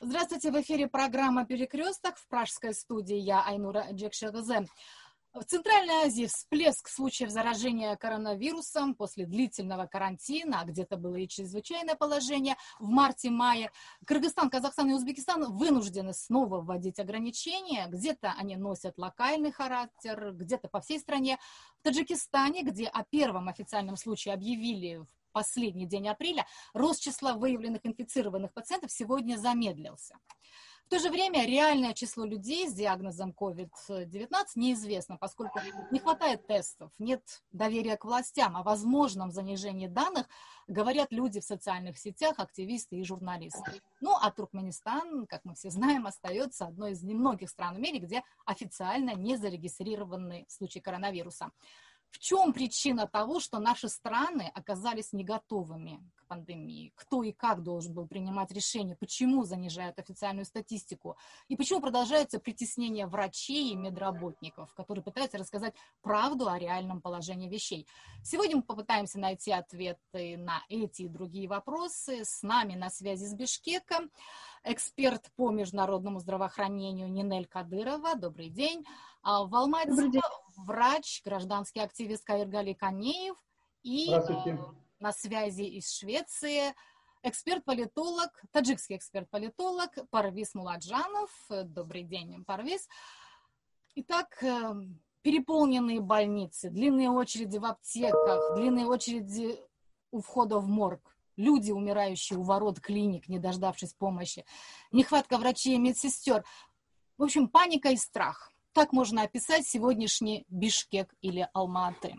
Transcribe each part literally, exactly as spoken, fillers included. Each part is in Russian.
Здравствуйте, в эфире программа «Перекресток». В пражской студии я, Айнура Джекшегазе. В Центральной Азии всплеск случаев заражения коронавирусом после длительного карантина, а где-то было и чрезвычайное положение в марте-мае. Кыргызстан, Казахстан и Узбекистан вынуждены снова вводить ограничения. Где-то они носят локальный характер, где-то по всей стране. В Таджикистане, где о первом официальном случае объявили в последний день апреля, рост числа выявленных инфицированных пациентов сегодня замедлился. В то же время реальное число людей с диагнозом ковид девятнадцать неизвестно, поскольку не хватает тестов, нет доверия к властям. О возможном занижении данных говорят люди в социальных сетях, активисты и журналисты. Ну, а Туркменистан, как мы все знаем, остается одной из немногих стран в мире, где официально не зарегистрированы случаи коронавируса. В чем причина того, что наши страны оказались не готовыми к пандемии? Кто и как должен был принимать решения? Почему занижают официальную статистику? И почему продолжается притеснение врачей и медработников, которые пытаются рассказать правду о реальном положении вещей? Сегодня мы попытаемся найти ответы на эти и другие вопросы. С нами на связи с Бишкеком эксперт по международному здравоохранению Нинель Кадырова. Добрый день. В Алмате врач, гражданский активист Кайыргали Канеев и на связи из Швеции эксперт-политолог, таджикский эксперт-политолог Парвиз Муладжанов. Добрый день, Парвиз. Итак, переполненные больницы, длинные очереди в аптеках, длинные очереди у входа в морг, люди, умирающие у ворот клиник, не дождавшись помощи, нехватка врачей и медсестер. В общем, паника и страх. Так можно описать сегодняшний Бишкек или Алма-Аты.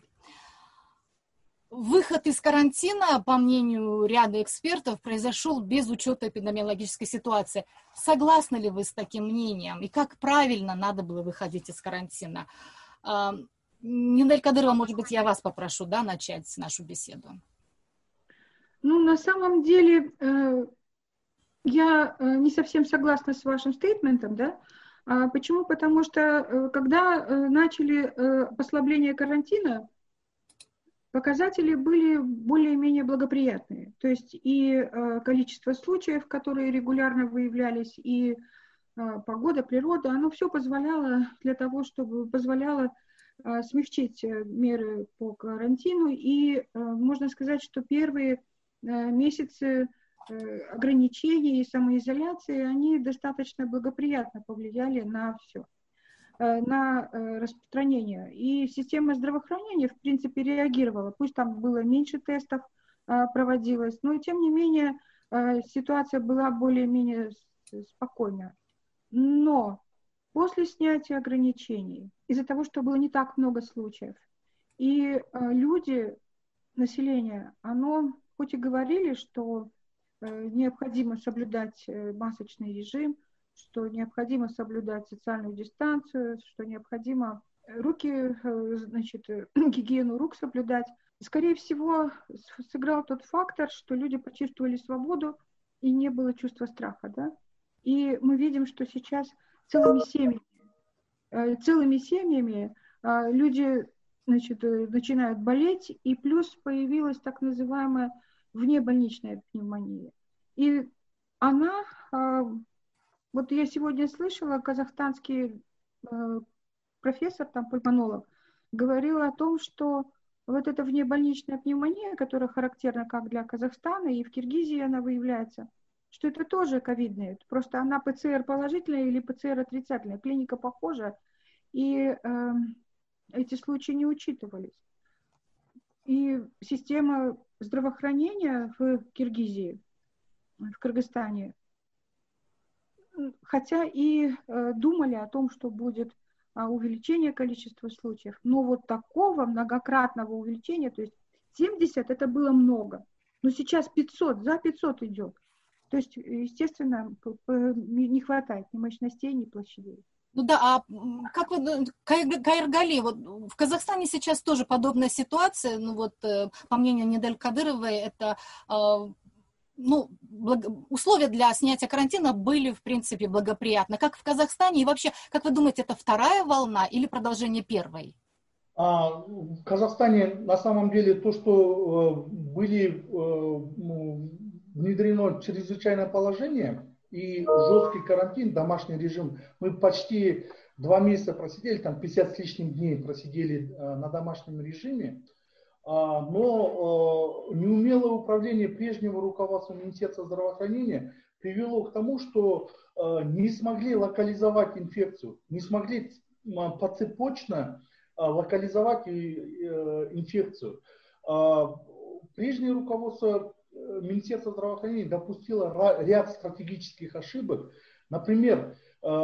Выход из карантина, по мнению ряда экспертов, произошел без учета эпидемиологической ситуации. Согласны ли вы с таким мнением? И как правильно надо было выходить из карантина? Нинель Кадырова, может быть, я вас попрошу, да, начать нашу беседу. Ну, на самом деле, я не совсем согласна с вашим стейтментом, да. Почему? Потому что когда начали послабление карантина, показатели были более-менее благоприятные. То есть и количество случаев, которые регулярно выявлялись, и погода, природа, оно все позволяло для того, чтобы позволяло смягчить меры по карантину. И можно сказать, что первые месяцы ограничений и самоизоляции, они достаточно благоприятно повлияли на все, на распространение. И система здравоохранения, в принципе, реагировала. Пусть там было меньше тестов проводилось, но тем не менее ситуация была более-менее спокойна. Но после снятия ограничений, из-за того, что было не так много случаев, и люди, население, оно хоть и говорили, что необходимо соблюдать масочный режим, что необходимо соблюдать социальную дистанцию, что необходимо руки, значит, гигиену рук соблюдать. Скорее всего, сыграл тот фактор, что люди почувствовали свободу и не было чувства страха, да? И мы видим, что сейчас целыми семьями, целыми семьями люди, значит, начинают болеть, и плюс появилась так называемая внебольничная пневмония. И она, вот я сегодня слышала, казахстанский профессор, там, пульмонолог, говорил о том, что вот эта внебольничная пневмония, которая характерна как для Казахстана, и в Киргизии она выявляется, что это тоже ковидная, просто она ПЦР положительная или ПЦР отрицательная, клиника похожа, и э, эти случаи не учитывались. И система здравоохранения в Киргизии, в Кыргызстане, хотя и э, думали о том, что будет а, увеличение количества случаев, но вот такого многократного увеличения, то есть семьдесят это было много, но сейчас пятьсот, за пятьсот идет. То есть, естественно, не хватает ни мощностей, ни площадей. Ну да, а как вы, Кайыргали, вот в Казахстане сейчас тоже подобная ситуация, ну вот, по мнению Нинель Кадыровой, это, ну, условия для снятия карантина были, в принципе, благоприятны. Как в Казахстане, и вообще, как вы думаете, это вторая волна или продолжение первой? А, в Казахстане, на самом деле, то, что были, ну, внедрено чрезвычайное положение, и жесткий карантин, домашний режим. Мы почти два месяца просидели, там пятьдесят с лишним дней просидели на домашнем режиме. Но неумелое управление прежнего руководства Министерства здравоохранения привело к тому, что не смогли локализовать инфекцию, не смогли поцепочно локализовать инфекцию. Прежнее руководство Министерства здравоохранения допустило ряд стратегических ошибок. Например,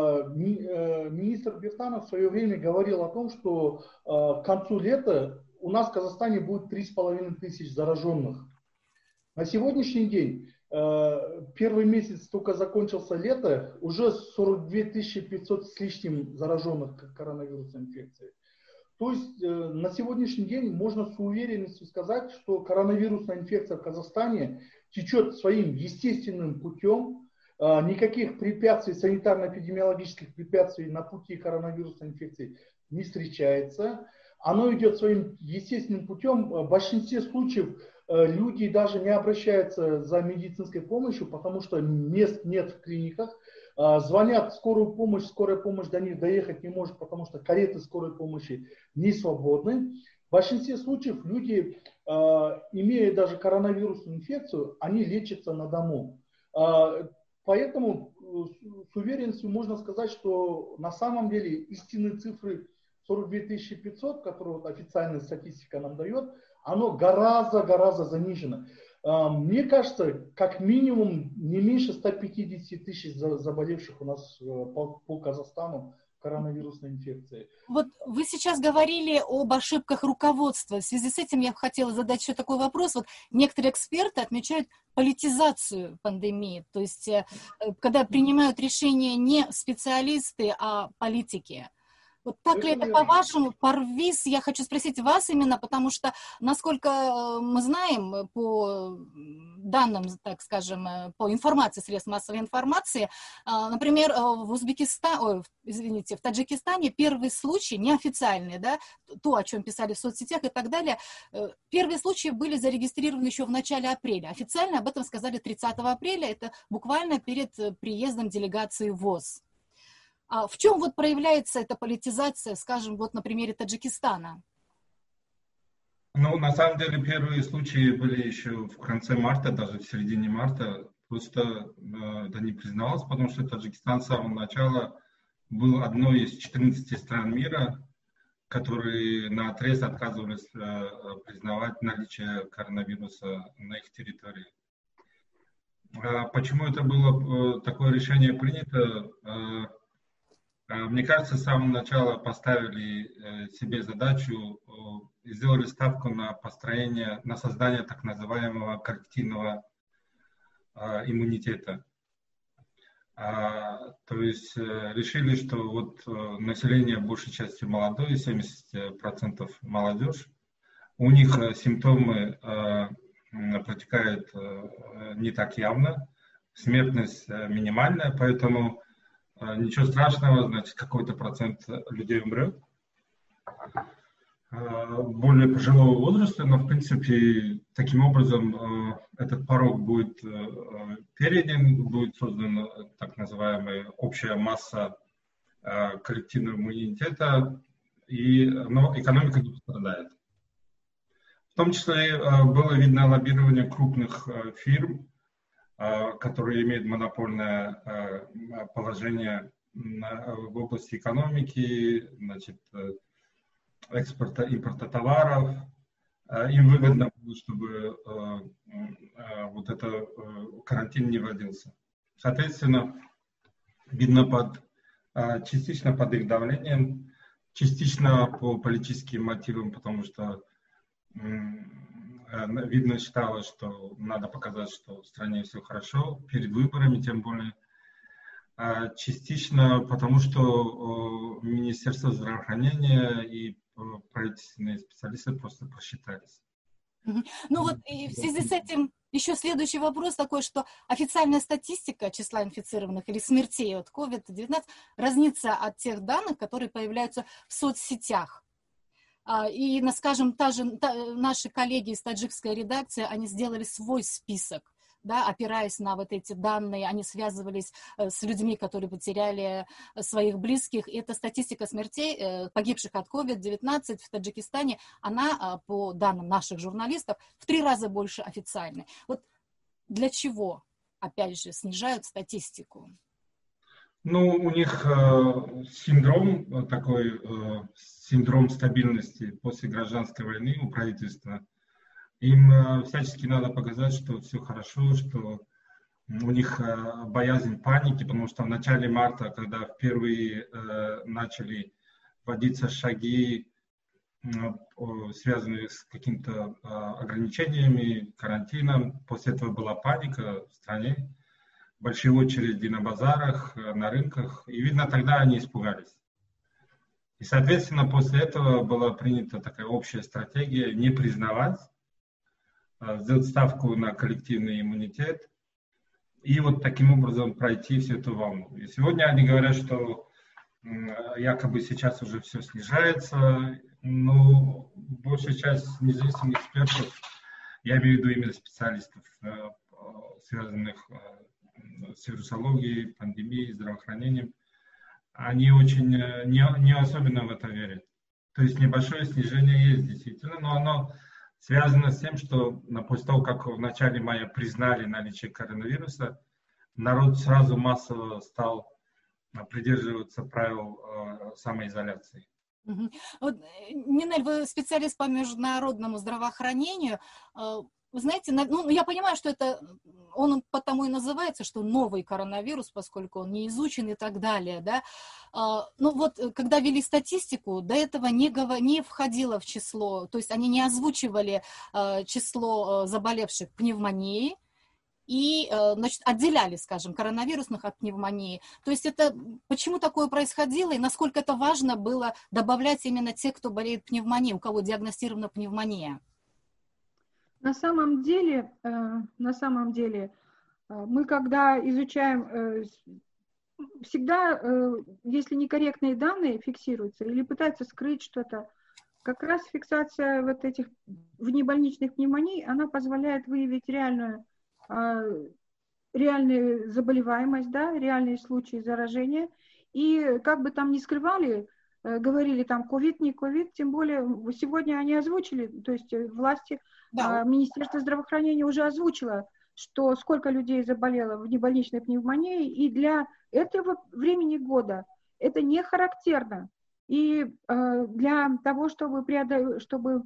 министр Биртанов в свое время говорил о том, что к концу лета у нас в Казахстане будет три с половиной тысячи зараженных. На сегодняшний день, первый месяц только закончился лето, уже сорок две тысячи пятьсот с лишним зараженных коронавирусной инфекцией. То есть на сегодняшний день можно с уверенностью сказать, что коронавирусная инфекция в Казахстане течет своим естественным путем. Никаких препятствий, санитарно-эпидемиологических препятствий на пути коронавирусной инфекции не встречается. Оно идет своим естественным путем. В большинстве случаев люди даже не обращаются за медицинской помощью, потому что мест нет в клиниках. Звонят в скорую помощь, скорая помощь до них доехать не может, потому что кареты скорой помощи не свободны. В большинстве случаев люди, имея даже коронавирусную инфекцию, они лечатся на дому. Поэтому с уверенностью можно сказать, что на самом деле истинные цифры сорок две тысячи пятьсот, которые вот официальная статистика нам дает, оно гораздо-гораздо занижено. Мне кажется, как минимум не меньше ста пятидесяти тысяч заболевших у нас по, по Казахстану коронавирусной инфекцией. Вот вы сейчас говорили об ошибках руководства. В связи с этим я хотела задать еще такой вопрос. Вот некоторые эксперты отмечают политизацию пандемии, то есть когда принимают решения не специалисты, а политики. Вот так ли это, по-вашему, Парвиз? Я хочу спросить вас именно, потому что, насколько мы знаем, по данным, так скажем, по информации, средств массовой информации, например, в Узбекистане, ой, извините, в Таджикистане первый случай, неофициальный, да, то, о чем писали в соцсетях и так далее, первые случаи были зарегистрированы еще в начале апреля. Официально об этом сказали тридцатого апреля, это буквально перед приездом делегации ВОЗ. А в чем вот проявляется эта политизация, скажем, вот на примере Таджикистана? Ну, на самом деле, первые случаи были еще в конце марта, даже в середине марта. Просто э, это не признавалось, потому что Таджикистан с самого начала был одной из четырнадцати стран мира, которые наотрез отказывались э, признавать наличие коронавируса на их территории. А почему это было, э, такое решение принято? Э, Мне кажется, с самого начала поставили себе задачу и сделали ставку на построение, на создание так называемого коллективного иммунитета. То есть решили, что вот население большей частью молодое, семьдесят процентов молодежь, у них симптомы протекают не так явно, смертность минимальная, поэтому ничего страшного, значит, какой-то процент людей умрет. Более пожилого возраста, но, в принципе, таким образом этот порог будет перейден, будет создана так называемая общая масса коллективного иммунитета, и, но экономика не пострадает. В том числе было видно лоббирование крупных фирм, которые имеют монопольное положение в области экономики, значит, экспорта, импорта товаров. Им выгодно было, чтобы вот это карантин не вводился. Соответственно, видно под, частично под их давлением, частично по политическим мотивам, потому что видно, считалось, что надо показать, что в стране все хорошо, перед выборами тем более. А частично потому, что Министерство здравоохранения и правительственные специалисты просто просчитались. Ну вот и в связи с этим еще следующий вопрос такой, что официальная статистика числа инфицированных или смертей от ковид девятнадцать разнится от тех данных, которые появляются в соцсетях. И, скажем, та же, та, наши коллеги из таджикской редакции, они сделали свой список да, опираясь на вот эти данные, они связывались с людьми, которые потеряли своих близких. И эта статистика смертей, погибших от ковид девятнадцать в Таджикистане, она, по данным наших журналистов, в три раза больше официальной. Вот для чего, опять же, снижают статистику? Ну, у них э, синдром такой, э, синдром стабильности после гражданской войны у правительства. Им э, всячески надо показать, что все хорошо, что у них э, боязнь паники, потому что в начале марта, когда впервые э, начали вводиться шаги, э, связанные с какими-то э, ограничениями, карантином, после этого была паника в стране. Большие очереди на базарах, на рынках, и, видно, тогда они испугались. И, соответственно, после этого была принята такая общая стратегия не признавать, сделать ставку на коллективный иммунитет и вот таким образом пройти всю эту волну. И сегодня они говорят, что якобы сейчас уже все снижается, но большая часть независимых экспертов, я имею в виду именно специалистов, связанных с вирусологией, пандемией, здравоохранением, они очень не, не особенно в это верят. То есть небольшое снижение есть действительно, но оно связано с тем, что после того, как в начале мая признали наличие коронавируса, народ сразу массово стал придерживаться правил э, самоизоляции. Угу. Вот, Нинель, вы специалист по международному здравоохранению. Вы знаете, ну, я понимаю, что это, он потому и называется, что новый коронавирус, поскольку он не изучен и так далее, да. Ну вот, когда вели статистику, до этого не, не входило в число, то есть они не озвучивали число заболевших пневмонией и, значит, отделяли, скажем, коронавирусных от пневмонии. То есть это, почему такое происходило и насколько это важно было добавлять именно тех, кто болеет пневмонией, у кого диагностирована пневмония? На самом деле, на самом деле, мы когда изучаем, всегда, если некорректные данные фиксируются или пытаются скрыть что-то, как раз фиксация вот этих внебольничных пневмоний, она позволяет выявить реальную, реальную заболеваемость, да, реальные случаи заражения. И как бы там ни скрывали, говорили там ковид, не ковид, тем более сегодня они озвучили, то есть власти, да. Министерство здравоохранения уже озвучило, что сколько людей заболело внебольничной пневмонией, и для этого времени года это не характерно. И э, для того, чтобы, преодол... чтобы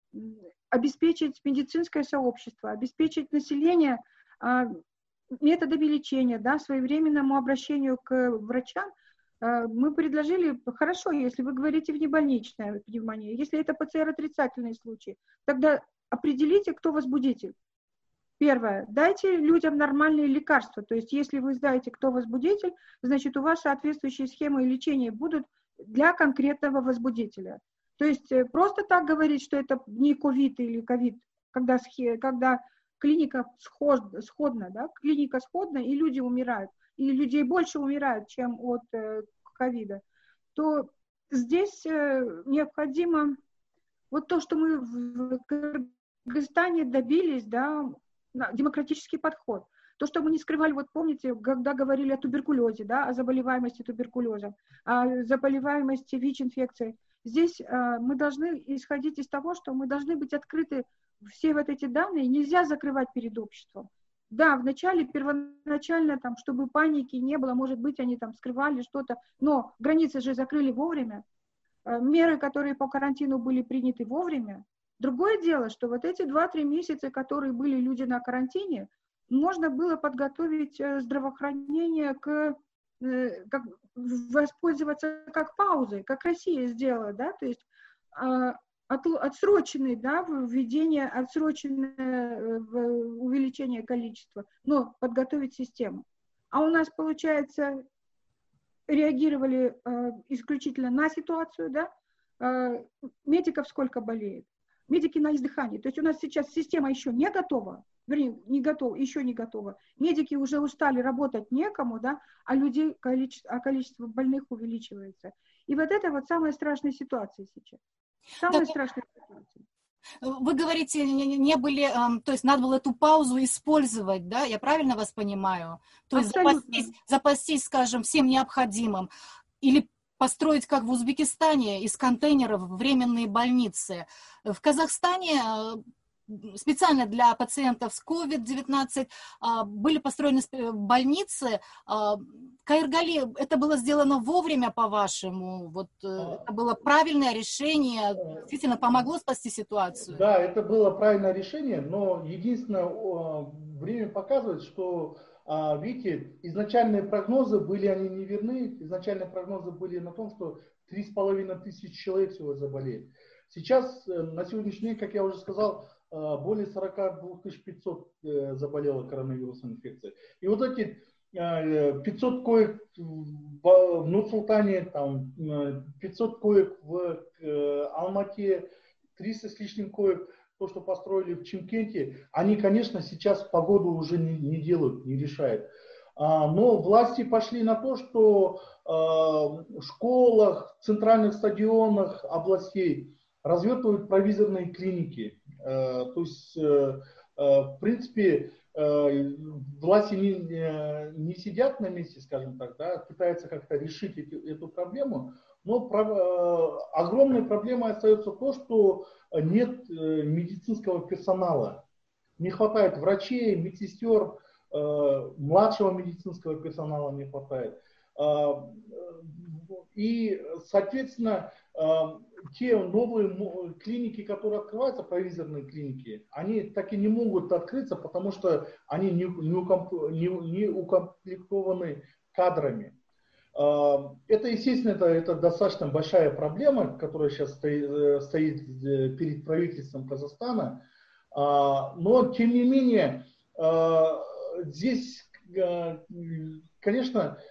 обеспечить медицинское сообщество, обеспечить население э, методами лечения, да, своевременному обращению к врачам, мы предложили, хорошо, если вы говорите внебольничная пневмония, если это ПЦР-отрицательные случаи, тогда определите, кто возбудитель. Первое, дайте людям нормальные лекарства, то есть если вы знаете, кто возбудитель, значит у вас соответствующие схемы лечения будут для конкретного возбудителя. То есть просто так говорить, что это не ковид или ковид, когда, когда клиника сход, сходна, да, клиника сходна и люди умирают, и людей больше умирают, чем от ковида, то здесь необходимо вот то, что мы в Кыргызстане добились, да, демократический подход. То, что мы не скрывали, вот помните, когда говорили о туберкулезе, да, о заболеваемости туберкулезом, о заболеваемости ВИЧ-инфекцией, здесь мы должны исходить из того, что мы должны быть открыты, все вот эти данные нельзя закрывать перед обществом. Да, вначале, первоначально, там, чтобы паники не было, может быть, они там скрывали что-то, но границы же закрыли вовремя, меры, которые по карантину были приняты вовремя. Другое дело, что вот эти два-три месяца, которые были люди на карантине, можно было подготовить здравоохранение к, как, воспользоваться как паузой, как Россия сделала, да, то есть От, отсроченное, да, введение, отсроченное увеличение количества, но подготовить систему. А у нас, получается, реагировали э, исключительно на ситуацию, да, э, медиков сколько болеет, медики на издыхании. То есть у нас сейчас система еще не готова, вернее, не готова, еще не готова. Медики уже устали, работать некому, да, а людей, количество, а количество больных увеличивается. И вот это вот самая страшная ситуация сейчас. Самая да, страшная ситуация. Вы говорите, не были, то есть надо было эту паузу использовать, да? Я правильно вас понимаю? То есть запастись, запастись, скажем, всем необходимым. Или построить, как в Узбекистане, из контейнеров временные больницы. В Казахстане специально для пациентов с ковид девятнадцать были построены больницы. Каиргали, это было сделано вовремя, по-вашему? Вот а, это было правильное решение, действительно помогло спасти ситуацию? Да, это было правильное решение, но единственное, время показывает, что, видите, изначальные прогнозы были, они неверны. Изначальные прогнозы были на том, что три с половиной тысячи человек всего заболеет. Сейчас, на сегодняшний день, как я уже сказал, более сорок два тысячи пятьсот заболело коронавирусной инфекцией. И вот эти пятьсот коек в Нур-Султане, там, пятьсот коек в Алмате, триста с лишним коек, то, что построили в Чимкенте, они, конечно, сейчас погоду уже не, не делают, не решают. Но власти пошли на то, что в школах, в центральных стадионах областей развертывают провизорные клиники. То есть, в принципе, власти не, не сидят на месте, скажем так, да, пытаются как-то решить эти, эту проблему, но про, огромной проблемой остается то, что нет медицинского персонала. Не хватает врачей, медсестер, младшего медицинского персонала не хватает. И, соответственно, те новые клиники, которые открываются, провизорные клиники, они так и не могут открыться, потому что они не, не укомплектованы кадрами. Это, естественно, это, это достаточно большая проблема, которая сейчас стоит, стоит перед правительством Казахстана. Но, тем не менее, здесь, конечно,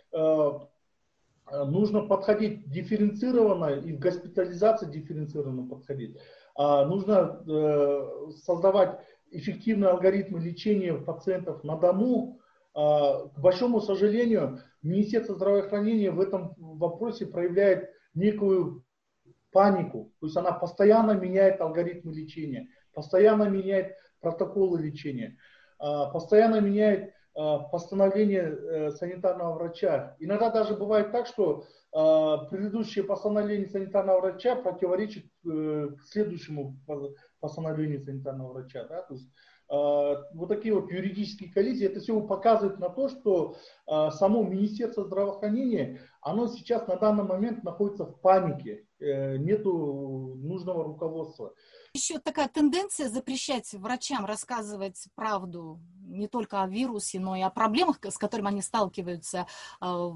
нужно подходить дифференцированно и в госпитализации дифференцированно подходить. А, нужно э, создавать эффективные алгоритмы лечения пациентов на дому. А, к большому сожалению, Министерство здравоохранения в этом вопросе проявляет некую панику. То есть она постоянно меняет алгоритмы лечения, постоянно меняет протоколы лечения, а, постоянно меняет постановление санитарного врача. Иногда даже бывает так, что предыдущее постановление санитарного врача противоречит следующему постановлению санитарного врача. Да? То есть, вот такие вот юридические коллизии, это все показывает на то, что само Министерство здравоохранения, оно сейчас на данный момент находится в панике, нету нужного руководства. Еще такая тенденция запрещать врачам рассказывать правду не только о вирусе, но и о проблемах, с которыми они сталкиваются в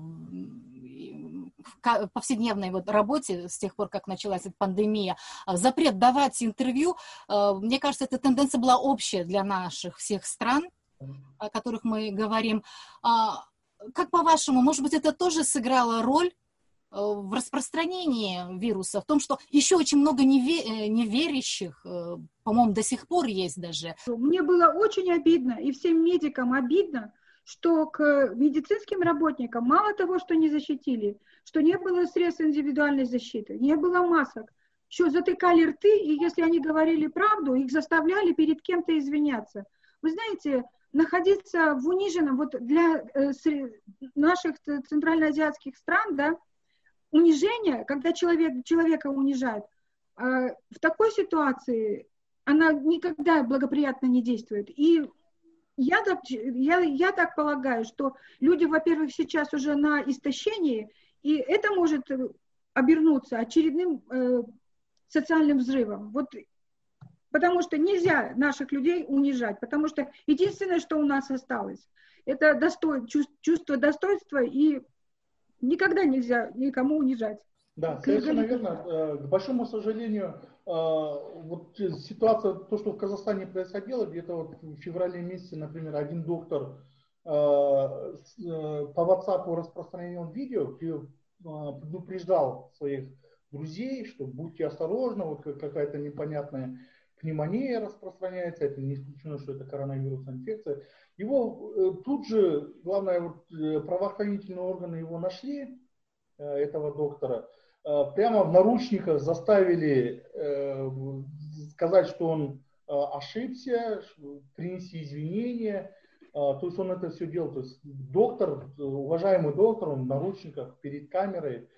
повседневной вот работе с тех пор, как началась эта пандемия. Запрет давать интервью, мне кажется, эта тенденция была общая для наших всех стран, о которых мы говорим. Как по-вашему, может быть, это тоже сыграло роль в распространении вируса, в том, что еще очень много неве- неверящих, по-моему, до сих пор есть даже. Мне было очень обидно, и всем медикам обидно, что к медицинским работникам мало того, что не защитили, что не было средств индивидуальной защиты, не было масок, еще затыкали рты, и если они говорили правду, их заставляли перед кем-то извиняться. Вы знаете, находиться в униженном, вот для э, наших центральноазиатских стран, да, унижение, когда человек, человека унижают, э, в такой ситуации она никогда благоприятно не действует. И я так, я, я так полагаю, что люди, во-первых, сейчас уже на истощении, и это может обернуться очередным э, социальным взрывом. Вот, потому что нельзя наших людей унижать, потому что единственное, что у нас осталось, это достой, чувство достоинства, и никогда нельзя никому унижать. Да, совершенно верно. К большому сожалению, вот ситуация, то, что в Казахстане происходило, где-то вот в феврале месяце, например, один доктор по WhatsApp распространил видео, предупреждал своих друзей, что будьте осторожны, вот какая-то непонятная пневмония распространяется, это не исключено, что это коронавирусная инфекция. Его тут же, главное, вот, правоохранительные органы его нашли, этого доктора, прямо в наручниках заставили сказать, что он ошибся, принести извинения. То есть он это все делал. То есть доктор, уважаемый доктор, он в наручниках перед камерой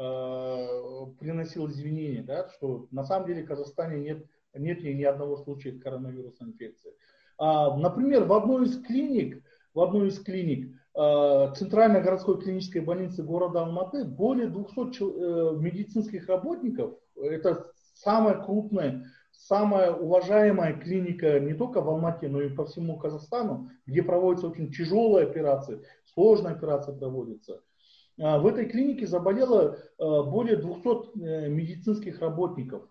приносил извинения, да, что на самом деле в Казахстане нет, нет ни одного случая коронавирусной инфекции. Например, в одной из клиник, в одной из клиник Центральной городской клинической больницы города Алматы более двухсот медицинских работников, это самая крупная, самая уважаемая клиника не только в Алмате, но и по всему Казахстану, где проводятся очень тяжелые операции, сложные операции проводятся. В этой клинике заболело более двухсот медицинских работников.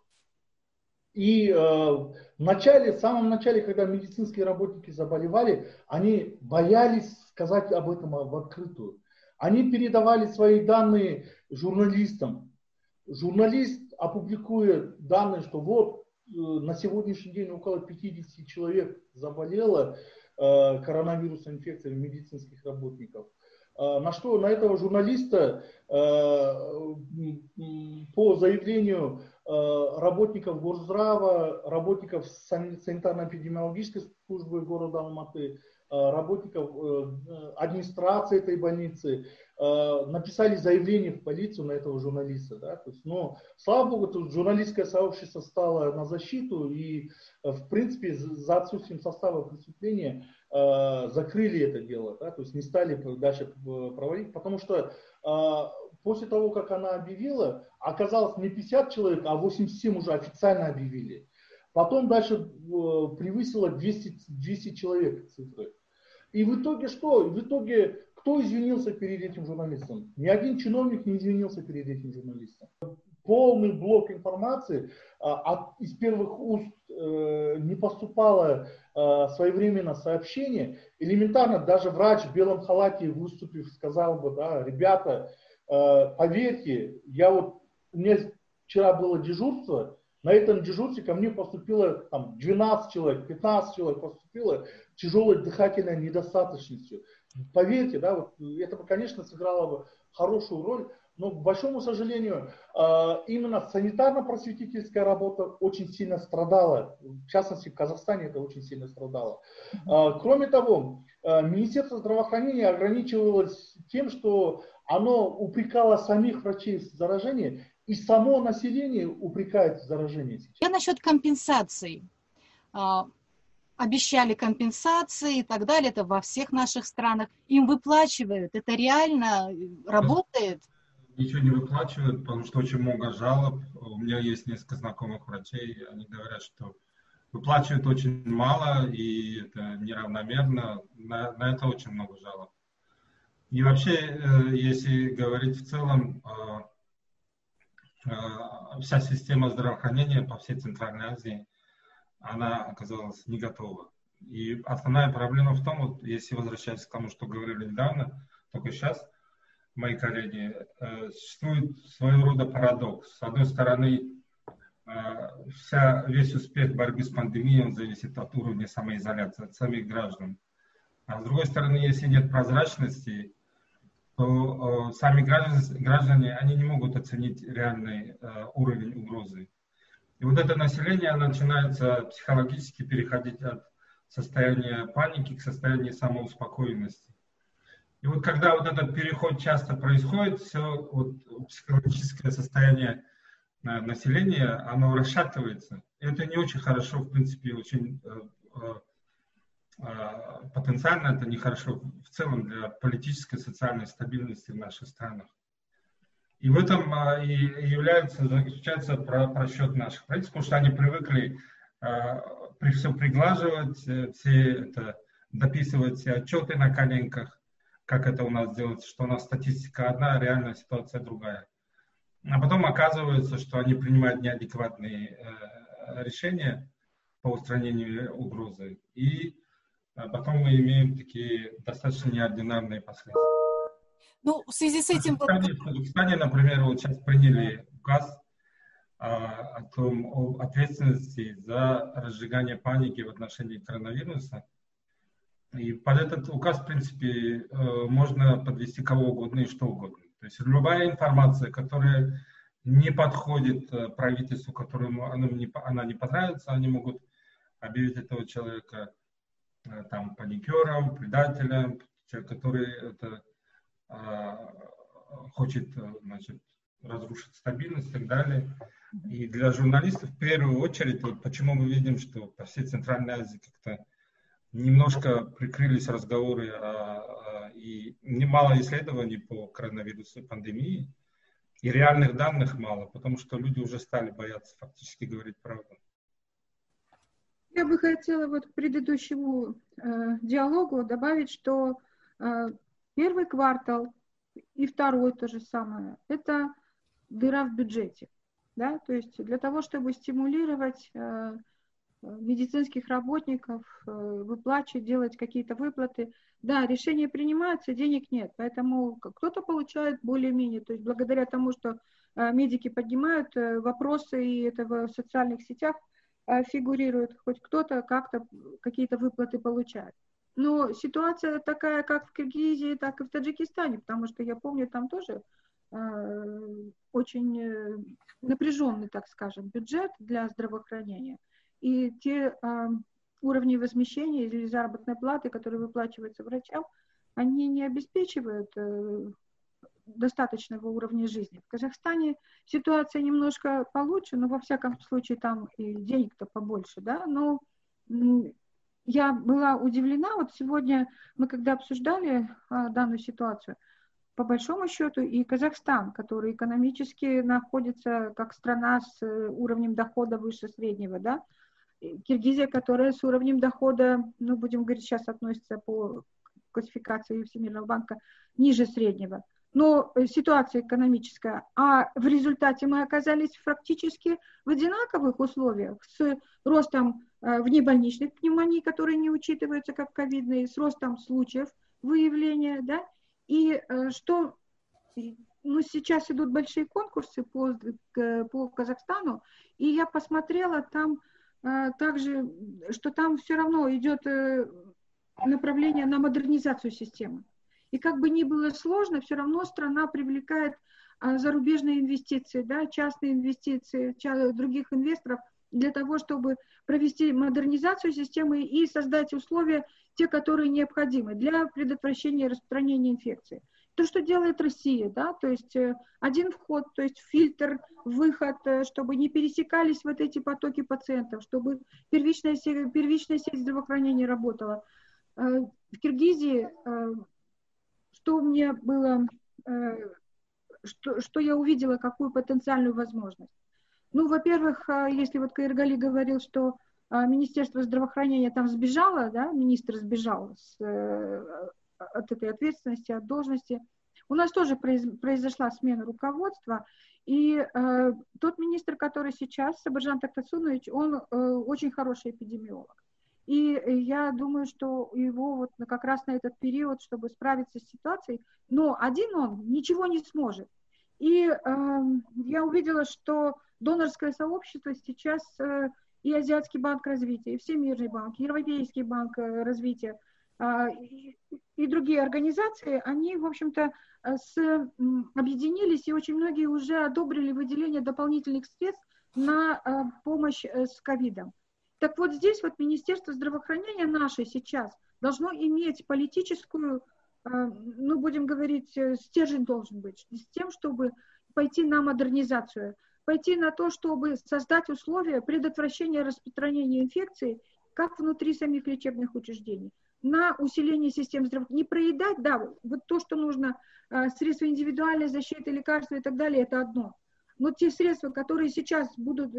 И в начале, в самом начале, когда медицинские работники заболевали, они боялись сказать об этом в открытую. Они передавали свои данные журналистам. Журналист опубликует данные, что вот на сегодняшний день около пятидесяти человек заболело коронавирусной инфекцией медицинских работников. На что на этого журналиста по заявлению работников Горздрава, работников санитарно-эпидемиологической службы города Алматы, работников администрации этой больницы написали заявление в полицию на этого журналиста. Да? То есть, но, слава богу, тут журналистское сообщество стало на защиту и, в принципе, за отсутствием состава преступления закрыли это дело. Да? То есть не стали дальше проводить, потому что после того, как она объявила, оказалось не пятьдесят человек, а восемьдесят семь уже официально объявили. Потом дальше превысило двести, двести человек цифры. И в итоге что? В итоге кто извинился перед этим журналистом? Ни один чиновник не извинился перед этим журналистом. Полный блок информации от, из первых уст э, не поступало э, своевременно сообщение. Элементарно даже врач в белом халате, выступив, сказал бы, да, ребята, э, поверьте, я вот, у меня вчера было дежурство, на этом дежурстве ко мне поступило там, двенадцать человек, пятнадцать человек поступило тяжелой дыхательной недостаточностью. Поверьте, да, вот это бы, конечно, сыграло бы хорошую роль, но, к большому сожалению, именно санитарно-просветительская работа очень сильно страдала. В частности, в Казахстане это очень сильно страдало. Кроме того, Министерство здравоохранения ограничивалось тем, что оно упрекало самих врачей в заражении, и само население упрекает в заражении сейчас. Я насчет компенсаций. Обещали компенсации и так далее. Это во всех наших странах. Им выплачивают. Это реально работает? Ничего не выплачивают, потому что очень много жалоб. У меня есть несколько знакомых врачей. Они говорят, что выплачивают очень мало, и это неравномерно. На, на это очень много жалоб. И вообще, если говорить в целом, вся система здравоохранения по всей Центральной Азии, она оказалась не готова. И основная проблема в том, вот, если возвращаться к тому, что говорили недавно, только сейчас, мои коллеги, существует своего рода парадокс. С одной стороны, вся, весь успех борьбы с пандемией он зависит от уровня самоизоляции, от самих граждан. А с другой стороны, если нет прозрачности, то э, сами граждане, граждане, они не могут оценить реальный э, уровень угрозы. И вот это население начинается психологически переходить от состояния паники к состоянию самоуспокоенности. И вот когда вот этот переход часто происходит, все вот, психологическое состояние э, населения, оно расшатывается. И это не очень хорошо, в принципе, очень... Э, э, потенциально это нехорошо в целом для политической и социальной стабильности в наших странах. И в этом и является, заключается просчет наших правительств, потому что они привыкли при все приглаживать, все это, дописывать все отчеты на коленках, как это у нас делается, что у нас статистика одна, реальная ситуация другая. А потом оказывается, что они принимают неадекватные решения по устранению угрозы. И А потом мы имеем такие достаточно неординарные последствия. Ну, в связи с этим... В Казахстане, в Казахстане, например, вот сейчас приняли указ а, о том, о ответственности за разжигание паники в отношении коронавируса. И под этот указ, в принципе, можно подвести кого угодно и что угодно. То есть любая информация, которая не подходит правительству, которому она не, она не понравится, они могут объявить этого человека там паникером, предателем, человек, который это, хочет, значит, разрушить стабильность и так далее. И для журналистов в первую очередь, вот почему мы видим, что по всей Центральной Азии как-то немножко прикрылись разговоры о, о, и немало исследований по коронавирусу и пандемии, и реальных данных мало, потому что люди уже стали бояться фактически говорить правду. Я бы хотела вот к предыдущему э, диалогу добавить, что э, первый квартал и второй то же самое. Это дыра в бюджете. Да? То есть для того, чтобы стимулировать э, медицинских работников, э, выплачивать, делать какие-то выплаты, да, решения принимаются, денег нет. Поэтому кто-то получает более-менее. То есть благодаря тому, что э, медики поднимают э, вопросы, и это в социальных сетях э, фигурирует, хоть кто-то как-то какие-то выплаты получает. Но ситуация такая, как в Киргизии, так и в Таджикистане, потому что я помню, там тоже э, очень э, напряженный, так скажем, бюджет для здравоохранения. И те э, уровни возмещения или заработной платы, которые выплачиваются врачам, они не обеспечивают э, достаточного уровня жизни. В Казахстане ситуация немножко получше, но во всяком случае там и денег-то побольше, да, но я была удивлена, вот сегодня мы когда обсуждали а, данную ситуацию, по большому счету и Казахстан, который экономически находится как страна с уровнем дохода выше среднего, да, Киргизия, которая с уровнем дохода, ну, будем говорить, сейчас относится по классификации Всемирного банка ниже среднего. Но ситуация экономическая, а в результате мы оказались фактически в одинаковых условиях с ростом внебольничных пневмоний, которые не учитываются как ковидные, с ростом случаев выявления, да, и что, ну, сейчас идут большие конкурсы по, по Казахстану, и я посмотрела там также, что там все равно идет направление на модернизацию системы. И как бы ни было сложно, все равно страна привлекает а, зарубежные инвестиции, да, частные инвестиции, ча- других инвесторов для того, чтобы провести модернизацию системы и создать условия, те, которые необходимы для предотвращения распространения инфекции. То, что делает Россия, да, то есть э, один вход, то есть фильтр, выход, э, чтобы не пересекались вот эти потоки пациентов, чтобы первичная, первичная сеть здравоохранения работала. Э, в Киргизии э, что мне было, э, что, что я увидела, какую потенциальную возможность. Ну, во-первых, э, если вот Каиргали говорил, что э, Министерство здравоохранения там сбежало, да, министр сбежал с, э, от этой ответственности, от должности, у нас тоже произ, произошла смена руководства, и э, тот министр, который сейчас, Сабыржан Тактасунович, он э, очень хороший эпидемиолог. И я думаю, что его вот как раз на этот период, чтобы справиться с ситуацией, но один он ничего не сможет. И э, я увидела, что донорское сообщество сейчас э, и Азиатский банк развития, и Всемирный банк, и Европейский банк развития, э, и, и другие организации, они, в общем-то, с, э, объединились, и очень многие уже одобрили выделение дополнительных средств на э, помощь э, с ковидом. Так вот здесь вот Министерство здравоохранения наше сейчас должно иметь политическую, ну, будем говорить, стержень должен быть, с тем, чтобы пойти на модернизацию, пойти на то, чтобы создать условия предотвращения распространения инфекции как внутри самих лечебных учреждений, на усиление систем здравоохранения. Не проедать, да, вот то, что нужно, средства индивидуальной защиты, лекарства и так далее, это одно. Но те средства, которые сейчас будут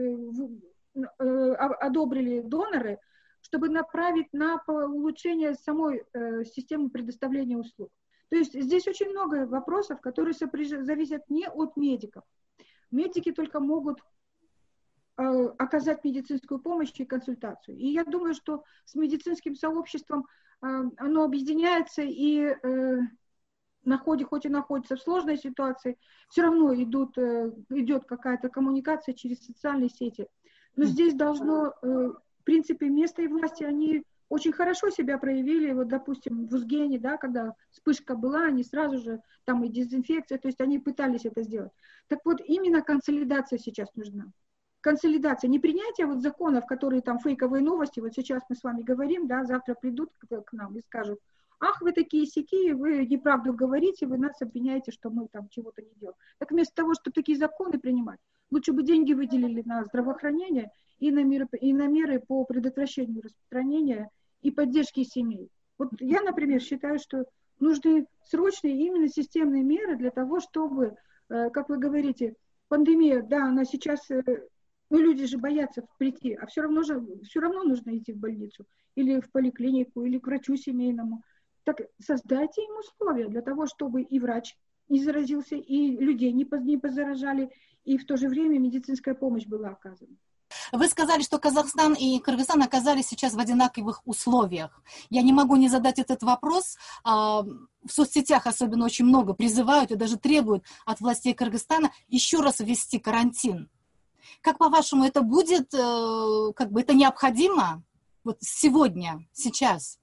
одобрили доноры, чтобы направить на улучшение самой э, системы предоставления услуг. То есть здесь очень много вопросов, которые зависят не от медиков. Медики только могут э, оказать медицинскую помощь и консультацию. И я думаю, что с медицинским сообществом э, оно объединяется и э, находит, хоть и находится в сложной ситуации, все равно идут, э, идет какая-то коммуникация через социальные сети. Но здесь должно, в принципе, место и власти, они очень хорошо себя проявили, вот, допустим, в Узгене, да, когда вспышка была, они сразу же, там и дезинфекция, то есть они пытались это сделать. Так вот, именно консолидация сейчас нужна. Консолидация, не принятие вот законов, которые там фейковые новости, вот сейчас мы с вами говорим, да, завтра придут к, к нам и скажут, ах, вы такие сякие, вы неправду говорите, вы нас обвиняете, что мы там чего-то не делаем. Так вместо того, чтобы такие законы принимать, лучше бы деньги выделили на здравоохранение и на меры, и на меры по предотвращению распространения и поддержки семей. Вот я, например, считаю, что нужны срочные именно системные меры для того, чтобы, как вы говорите, пандемия, да, она сейчас, ну, люди же боятся прийти, а все равно же, все равно нужно идти в больницу или в поликлинику, или к врачу семейному. Так создайте им условия для того, чтобы и врач не заразился, и людей не позаражали, и в то же время медицинская помощь была оказана. Вы сказали, что Казахстан и Кыргызстан оказались сейчас в одинаковых условиях. Я не могу не задать этот вопрос. В соцсетях особенно очень много призывают и даже требуют от властей Кыргызстана еще раз ввести карантин. Как, по-вашему, это будет, как бы это необходимо вот сегодня, сейчас,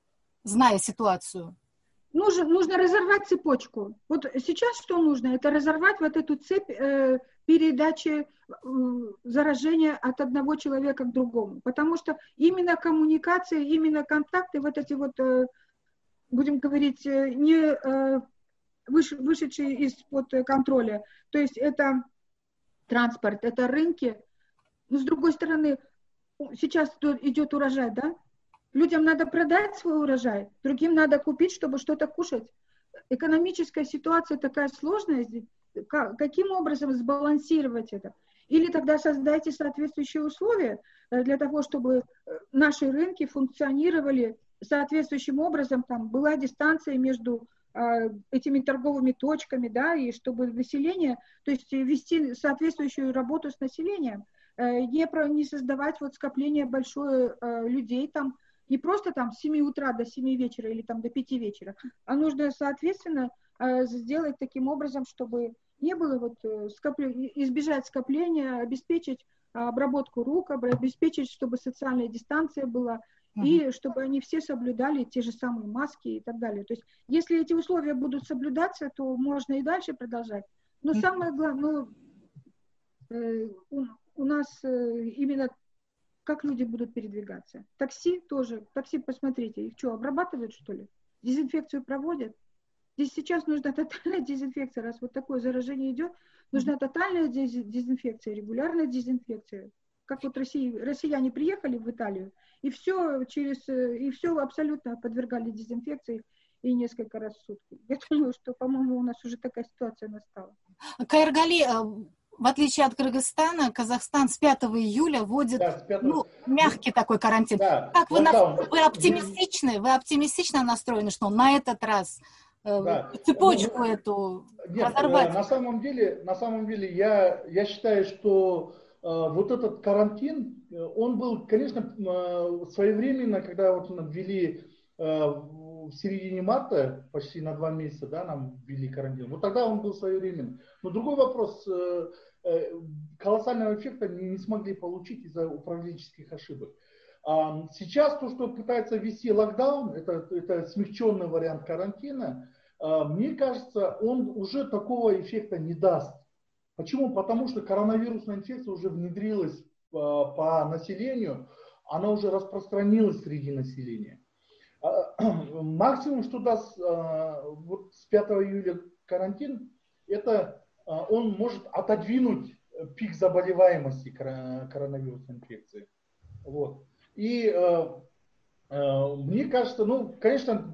зная ситуацию? Нужно, нужно разорвать цепочку. Вот сейчас что нужно? Это разорвать вот эту цепь э, передачи э, заражения от одного человека к другому. Потому что именно коммуникация, именно контакты, вот эти вот, э, будем говорить, э, не э, выш, вышедшие из-под контроля. То есть это транспорт, это рынки. Но с другой стороны, сейчас идет урожай, да? Людям надо продать свой урожай, другим надо купить, чтобы что-то кушать. Экономическая ситуация такая сложная здесь. Каким образом сбалансировать это? Или тогда создайте соответствующие условия для того, чтобы наши рынки функционировали соответствующим образом. Там была дистанция между этими торговыми точками, да, и чтобы население, то есть вести соответствующую работу с населением, не, про, не создавать вот скопление большое людей там, не просто там с семи утра до семи вечера или там до пяти вечера, а нужно, соответственно, сделать таким образом, чтобы не было вот скопления, избежать скопления, обеспечить обработку рук, обеспечить, чтобы социальная дистанция была, uh-huh. и чтобы они все соблюдали те же самые маски и так далее. То есть, если эти условия будут соблюдаться, то можно и дальше продолжать. Но uh-huh. самое главное, ну, э, у, у нас э, именно как люди будут передвигаться. Такси тоже. Такси, посмотрите, их что, обрабатывают, что ли? Дезинфекцию проводят? Здесь сейчас нужна тотальная дезинфекция. Раз вот такое заражение идет, нужна тотальная дезинфекция, регулярная дезинфекция. Как вот Россия, россияне приехали в Италию, и все, через, и все абсолютно подвергали дезинфекции и несколько раз в сутки. Я думаю, что, по-моему, у нас уже такая ситуация настала. Кайыргали, в отличие от Кыргызстана, Казахстан с пятого июля вводит да, пятого... ну, мягкий такой карантин. Да, как вы, на... вы оптимистичны? Вы оптимистично настроены, что на этот раз да. цепочку ну, эту нет, разорвать? На самом деле, на самом деле я, я считаю, что э, вот этот карантин, он был, конечно, э, своевременно, когда вот ввели э, в середине марта, почти на два месяца, да, нам ввели карантин. Вот тогда он был своевременно. Но другой вопрос, э, э, колоссального эффекта не, не смогли получить из-за управленческих ошибок. А сейчас то, что пытается ввести локдаун, это, это смягченный вариант карантина, э, мне кажется, он уже такого эффекта не даст. Почему? Потому что коронавирусная инфекция уже внедрилась по, по населению, она уже распространилась среди населения. Максимум, что даст вот с пятого июля карантин, это он может отодвинуть пик заболеваемости коронавирусной инфекции. Вот. И мне кажется, ну, конечно,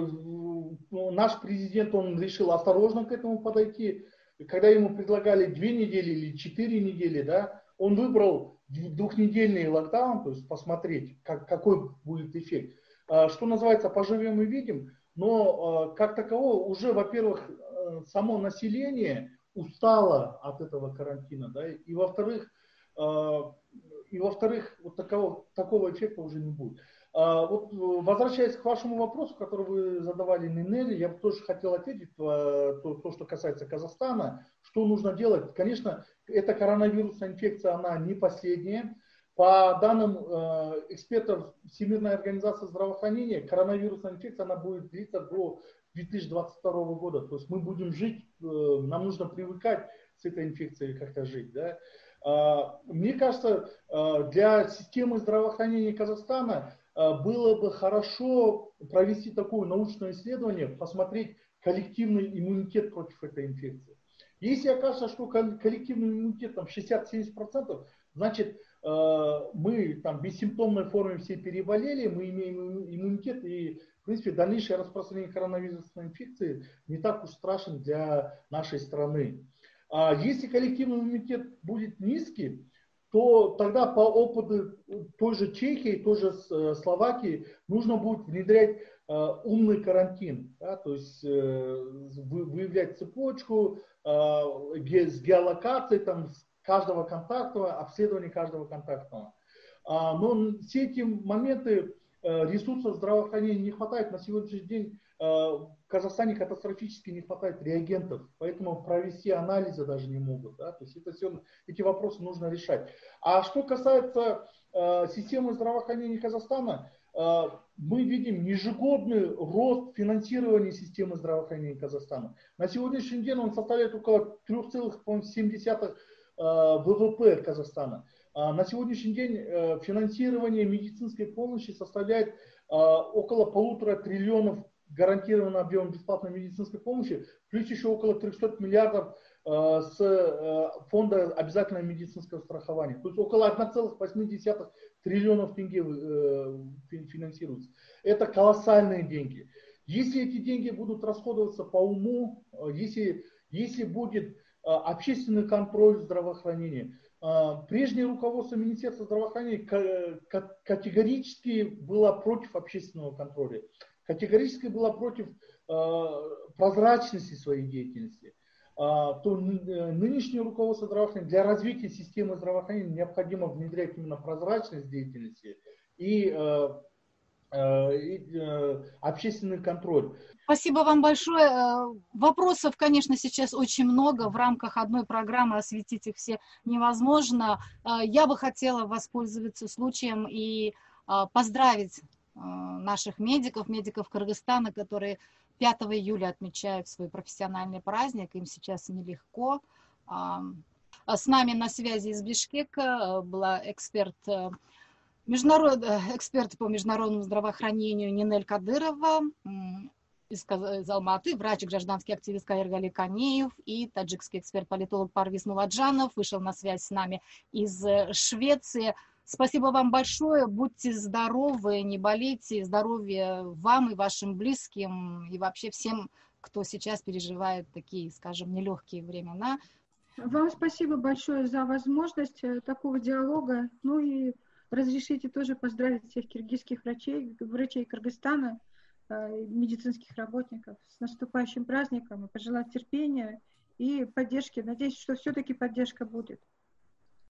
наш президент, он решил осторожно к этому подойти. Когда ему предлагали две недели или четыре недели, да, он выбрал двухнедельный локдаун, то есть посмотреть, как, какой будет эффект. Что называется, поживем и видим, но как такового уже, во-первых, само население устало от этого карантина, да, и во-вторых, и во-вторых, вот такого, такого эффекта уже не будет. Вот, возвращаясь к вашему вопросу, который вы задавали Нинелли, я бы тоже хотел ответить то, то, что касается Казахстана, что нужно делать. Конечно, эта коронавирусная инфекция, она не последняя. По данным э, экспертов Всемирной организации здравоохранения, коронавирусная инфекция она будет длиться до две тысячи двадцать второго года. То есть мы будем жить, э, нам нужно привыкать с этой инфекцией как-то жить. Да? Э, мне кажется, э, для системы здравоохранения Казахстана э, было бы хорошо провести такое научное исследование, посмотреть коллективный иммунитет против этой инфекции. Если окажется, что коллективный иммунитет там шестьдесят-семьдесят процентов, значит, мы там в бессимптомной форме все переболели, мы имеем иммунитет, и, в принципе, дальнейшее распространение коронавирусной инфекции не так уж страшен для нашей страны. А если коллективный иммунитет будет низкий, то тогда по опыту той же Чехии, той же Словакии нужно будет внедрять умный карантин, да, то есть выявлять цепочку с геолокацией, там, каждого контактного, обследование каждого контактного. Но все эти моменты ресурсов здравоохранения не хватает. На сегодняшний день в Казахстане катастрофически не хватает реагентов, поэтому провести анализы даже не могут. Да? То есть это все, эти вопросы нужно решать. А что касается системы здравоохранения Казахстана, мы видим ежегодный рост финансирования системы здравоохранения Казахстана. На сегодняшний день он составляет около три целых семь десятых ВВП Казахстана. На сегодняшний день финансирование медицинской помощи составляет около полутора триллионов гарантированного объема бесплатной медицинской помощи, плюс еще около трехсот миллиардов с фонда обязательного медицинского страхования. То есть около одного целых восьми десятых триллионов тенге финансируется. Это колоссальные деньги. Если эти деньги будут расходоваться по уму, если, если будет общественный контроль здравоохранения. Прежнее руководство Министерства здравоохранения категорически было против общественного контроля, категорически было против прозрачности своей деятельности. То нынешнее руководство здравоохранения для развития системы здравоохранения необходимо внедрять именно прозрачность деятельности и общественный контроль. Спасибо вам большое. Вопросов, конечно, сейчас очень много. В рамках одной программы осветить их все невозможно. Я бы хотела воспользоваться случаем и поздравить наших медиков, медиков Кыргызстана, которые пятого июля отмечают свой профессиональный праздник. Им сейчас нелегко. С нами на связи из Бишкека была эксперт Международ... эксперт по международному здравоохранению Нинель Кадырова из, из Алматы, врач и гражданский активист Каиргали Канеев и таджикский эксперт-политолог Парвиз Муладжанов вышел на связь с нами из Швеции. Спасибо вам большое, будьте здоровы, не болейте, здоровья вам и вашим близким, и вообще всем, кто сейчас переживает такие, скажем, нелегкие времена. Вам спасибо большое за возможность такого диалога, ну и разрешите тоже поздравить всех киргизских врачей, врачей Кыргызстана, медицинских работников с наступающим праздником и пожелать терпения и поддержки. Надеюсь, что все-таки поддержка будет.